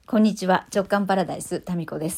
こんにちは、直感パラダイスタミコです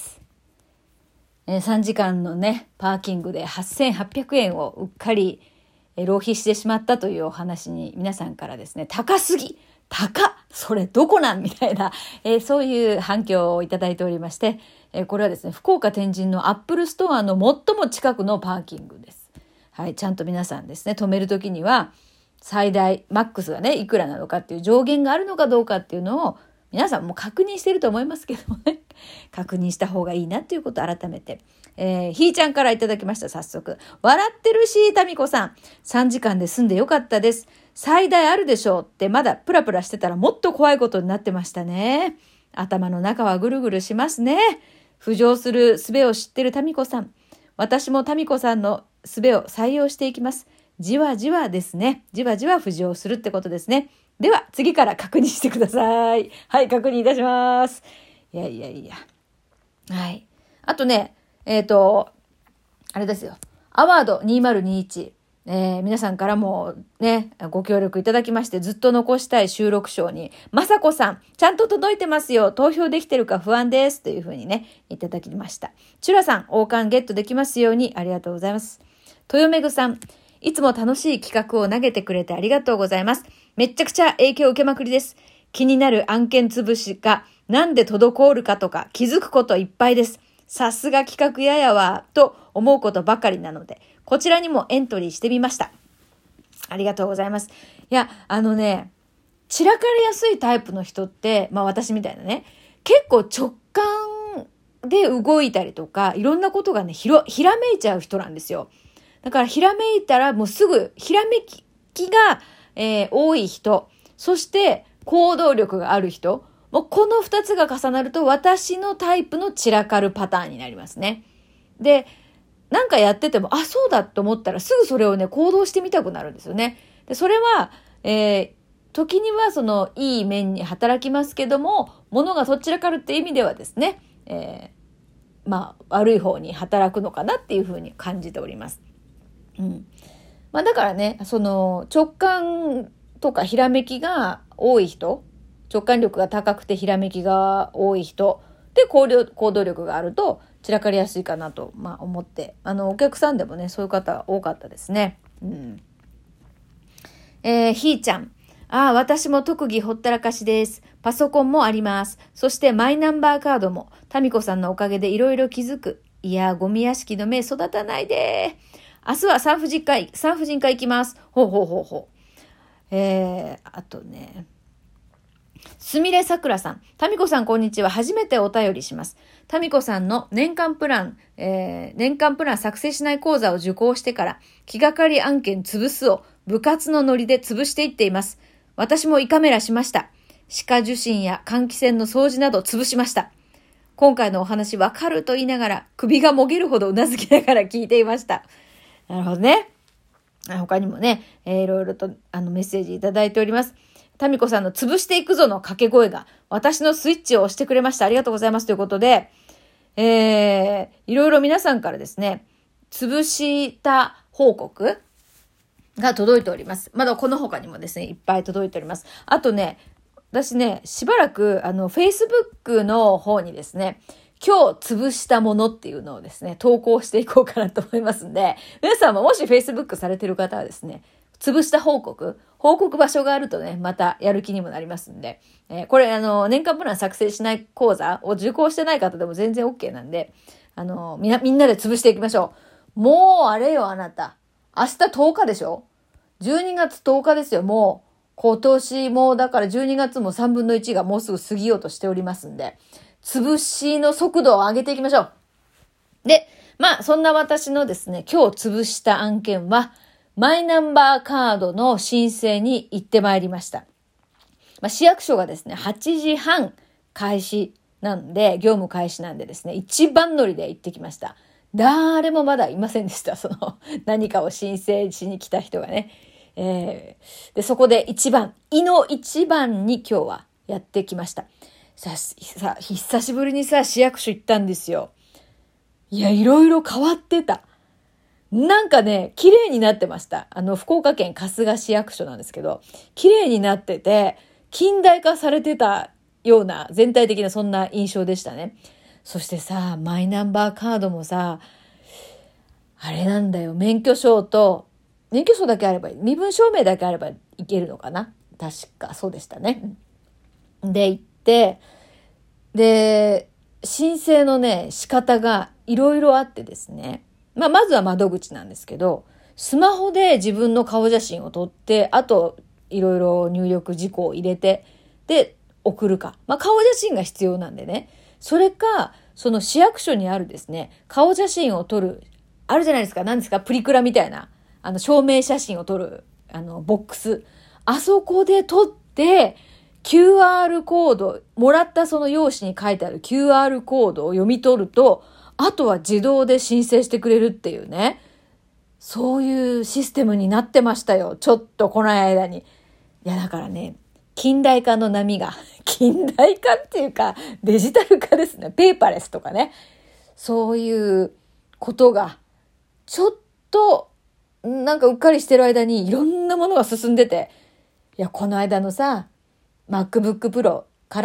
。3時間のねパーキングで8800円をうっかり浪費してしまったというお話に皆さんからですね、高すぎ、それどこなんみたいな、そういう反響をいただいておりまして、これはですね、福岡天神のアップルストアの最も近くのパーキングです。はい、ちゃんと皆さんですね、止めるときには最大マックスがねいくらなのかっていう上限があるのかどうかっていうのを皆さんも確認していると思いますけどもね、確認した方がいいなということを改めて、ひーちゃんからいただきました。早速、笑ってるし、タミコさん、3時間で済んでよかったです。最大あるでしょうってまだプラプラしてたらもっと怖いことになってましたね。頭の中はぐるぐるしますね。浮上する術を知ってるタミコさん、私もタミコさんの術を採用していきます。じわじわですね。じわじわ浮上するってことですね。では次から確認してください。はい、確認いたします。いや。はい。あとね、あれですよ。アワード2021。皆さんからもね、ご協力いただきまして、ずっと残したい収録賞に、まさこさん、ちゃんと届いてますよ。投票できてるか不安です。というふうにね、いただきました。チュラさん、王冠ゲットできますように、ありがとうございます。豊めぐさん、いつも楽しい企画を投げてくれてありがとうございます。めっちゃくちゃ影響を受けまくりです。気になる案件潰しがなんで滞るかとか気づくこといっぱいです。さすが企画ややわと思うことばかりなので、こちらにもエントリーしてみました。ありがとうございます。いや、散らかりやすいタイプの人って、私みたいなね、結構直感で動いたりとか、いろんなことがね、ひらめいちゃう人なんですよ。だからひらめいたらもうすぐひらめきが、多い人、そして行動力がある人、もうこの2つが重なると私のタイプの散らかるパターンになりますね。で、なんかやってても、そうだと思ったらすぐそれをね、行動してみたくなるんですよね。で、それは、時にはそのいい面に働きますけども、物がそっちらかるっていう意味ではですね、悪い方に働くのかなっていうふうに感じております。だからね、その直感とかひらめきが多い人、直感力が高くてひらめきが多い人で行動力があると散らかりやすいかなと、思って、お客さんでもね、そういう方多かったですね。ひーちゃん。私も特技ほったらかしです。パソコンもあります。そしてマイナンバーカードも、タミコさんのおかげでいろいろ気づく。いや、ゴミ屋敷の芽育たないで。明日は産婦人科行きます。ほう。あとね、すみれさくらさん。タミコさん、こんにちは。初めてお便りします。タミコさんの年間プラン作成しない講座を受講してから、気がかり案件潰すを部活のノリで潰していっています。私も胃カメラしました。歯科受診や換気扇の掃除など潰しました。今回のお話わかると言いながら、首がもげるほどうなずきながら聞いていました。なるほどね。他にもね、いろいろとメッセージいただいております。タミコさんの潰していくぞの掛け声が私のスイッチを押してくれました。ありがとうございますということで、いろいろ皆さんからですね、潰した報告が届いております。まだこの他にもですね、いっぱい届いております。あとね、私ね、しばらくFacebook の方にですね、今日潰したものっていうのをですね、投稿していこうかなと思いますんで、皆さんももし Facebook されてる方はですね、潰した報告場所があるとね、またやる気にもなりますんで、これ年間プラン作成しない講座を受講してない方でも全然 OK なんで、みんなで潰していきましょう。もうあれよあなた。明日10日でしょ ?12 月10日ですよ、もう。今年もだから12月も3分の1がもうすぐ過ぎようとしておりますんで、潰しの速度を上げていきましょう。で、そんな私のですね、今日潰した案件は、マイナンバーカードの申請に行ってまいりました。市役所がですね、8時半開始なんで、業務開始なんでですね、一番乗りで行ってきました。誰もまだいませんでした。何かを申請しに来た人がね。で、そこで胃の一番に今日はやってきました。久しぶりに市役所行ったんですよ。いや、いろいろ変わってた。なんかね、綺麗になってました。福岡県春日市役所なんですけど、綺麗になってて、近代化されてたような、全体的なそんな印象でしたね。そしてさ、マイナンバーカードもさ、あれなんだよ、免許証だけあれば、身分証明だけあればいけるのかな。確かそうでしたね。で、行って、で、申請のね、仕方がいろいろあってですね。まずは窓口なんですけど、スマホで自分の顔写真を撮って、あと、いろいろ入力事項を入れて、で、送るか。顔写真が必要なんでね。それか、その市役所にあるですね、顔写真を撮る、あるじゃないですか。何ですか、プリクラみたいな。証明写真を撮る、ボックス。あそこで撮って、QR コード、もらったその用紙に書いてある QR コードを読み取ると、あとは自動で申請してくれるっていうね。そういうシステムになってましたよ。ちょっとこの間に。いや、だからね、近代化の波が、近代化っていうか、デジタル化ですね。ペーパーレスとかね。そういうことが、ちょっと、なんかうっかりしてる間にいろんなものが進んでて、いや、この間のさ、MacBook Pro から、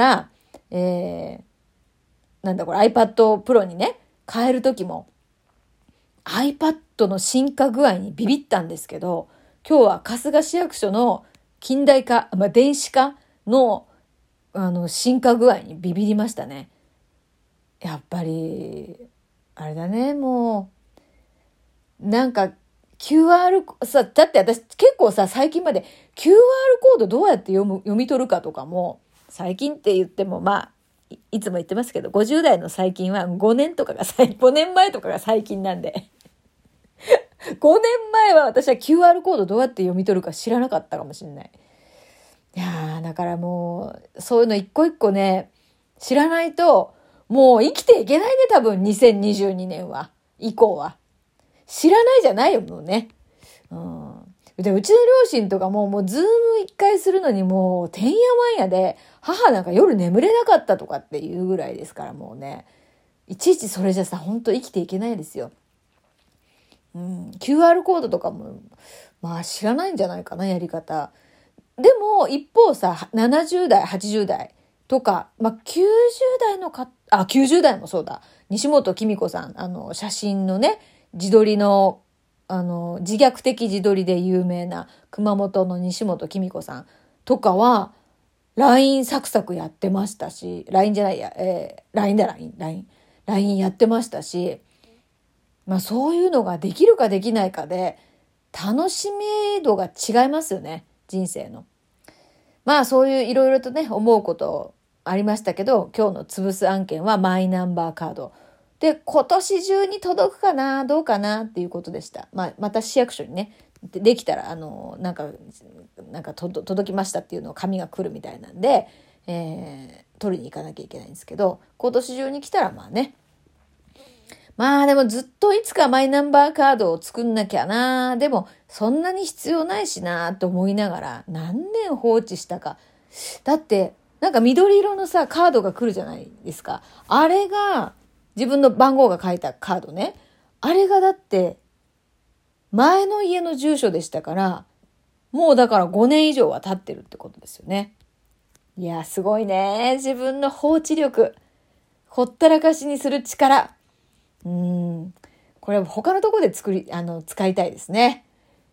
なんだこれ iPad Pro にね、変えるときも、iPad の進化具合にビビったんですけど、今日は春日市役所の近代化、電子化の、進化具合にビビりましたね。やっぱり、あれだね、もう、なんか、QR さ、だって私結構さ、最近まで QR コードどうやって読み取るかとかも、最近って言ってもいつも言ってますけど、50代の最近は5年前とかが最近なんで。5年前は私は QR コードどうやって読み取るか知らなかったかもしれない。いやー、だからもう、そういうの一個一個ね、知らないと、もう生きていけないね、多分2022年は、以降は。知らないじゃないよ、もうね。で、うちの両親とかもうズーム一回するのにもう、てんやわんやで、母なんか夜眠れなかったとかっていうぐらいですから、もうね。いちいちそれじゃさ、本当生きていけないですよ。QR コードとかも、知らないんじゃないかな、やり方。でも、一方さ、70代、80代とか、90代の90代もそうだ。西本紀美子さん、写真のね、自撮りの、自虐的自撮りで有名な熊本の西本紀美子さんとかは、LINE サクサクやってましたし、LINE じゃないや、LINE やってましたし、そういうのができるかできないかで、楽しみ度が違いますよね、人生の。そういういろいろとね、思うことありましたけど、今日の潰す案件はマイナンバーカード。で、今年中に届くかな、どうかなっていうことでした。また市役所にね、できたら、なんか届きましたっていうのを紙が来るみたいなんで、取りに行かなきゃいけないんですけど、今年中に来たらね、でもずっといつかマイナンバーカードを作んなきゃな。でもそんなに必要ないしなと思いながら何年放置したか。だってなんか緑色のさカードが来るじゃないですか。あれが自分の番号が書いたカードね。あれがだって前の家の住所でしたから、もうだから5年以上は経ってるってことですよね。いや、すごいね。自分の放置力。ほったらかしにする力。これ他のところで使いたいですね。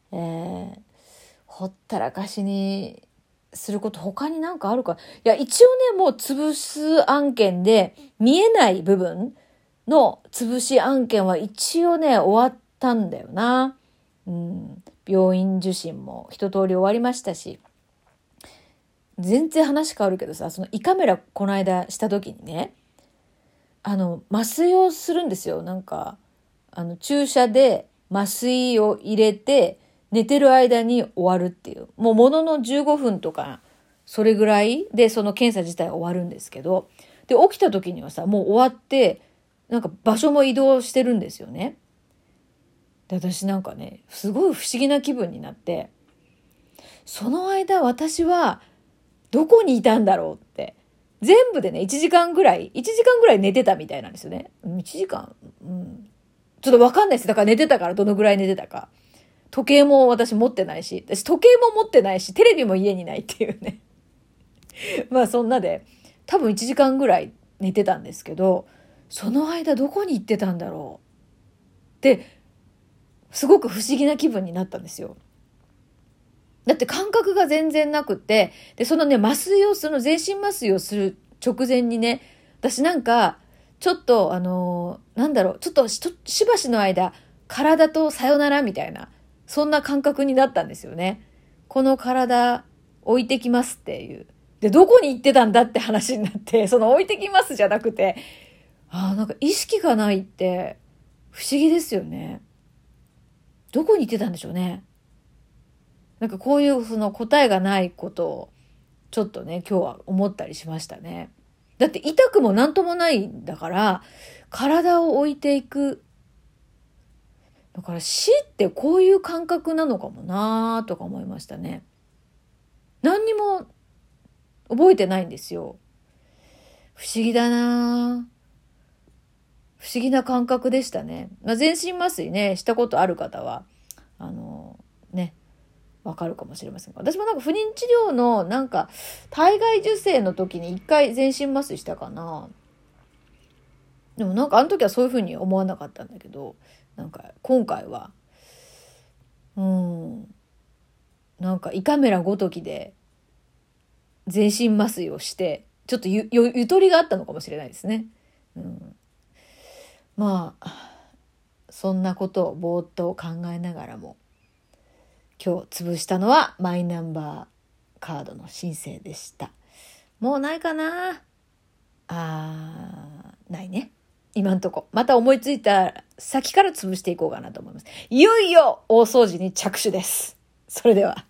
ほったらかしにすること他になんかあるか。いや、一応ね、もう潰す案件で見えない部分の潰し案件は一応ね、終わったんだよな。病院受診も一通り終わりましたし。全然話変わるけどさ、その胃カメラこの間した時にね、麻酔をするんですよ。なんか、注射で麻酔を入れて、寝てる間に終わるっていう。ものの15分とか、それぐらいでその検査自体終わるんですけど、で、起きた時にはさ、もう終わって、なんか場所も移動してるんですよね。で、私なんかね、すごい不思議な気分になって、その間私はどこにいたんだろうって。全部でね、1時間ぐらい寝てたみたいなんですよね。1時間、ちょっとわかんないです。だから寝てたからどのぐらい寝てたか。時計も私持ってないし、テレビも家にないっていうね。そんなで、 多分1時間ぐらい寝てたんですけど、その間どこに行ってたんだろうってすごく不思議な気分になったんですよ。だって感覚が全然なくて、でそのねその全身麻酔をする直前にね、私なんかちょっとちょっとしばしの間体とさよならみたいな、そんな感覚になったんですよね。この体置いてきますっていう。でどこに行ってたんだって話になって、その置いてきますじゃなくて、なんか意識がないって不思議ですよね。どこに行ってたんでしょうね。なんかこういうその答えがないことをちょっとね今日は思ったりしましたね。だって痛くもなんともないんだから体を置いていく。だから死ってこういう感覚なのかもなとか思いましたね。何にも覚えてないんですよ。不思議だな、不思議な感覚でしたね。全身麻酔ねしたことある方はねわかるかもしれませんが、私もなんか不妊治療のなんか体外受精の時に一回全身麻酔したかな。でもなんかあの時はそういうふうに思わなかったんだけど、なんか今回はなんか胃カメラごときで全身麻酔をしてちょっとゆとりがあったのかもしれないですね。まあそんなことをぼーっと考えながらも、今日潰したのはマイナンバーカードの申請でした。もうないかな。ないね。今んとこ。また思いついた先から潰していこうかなと思います。いよいよ大掃除に着手です。それでは。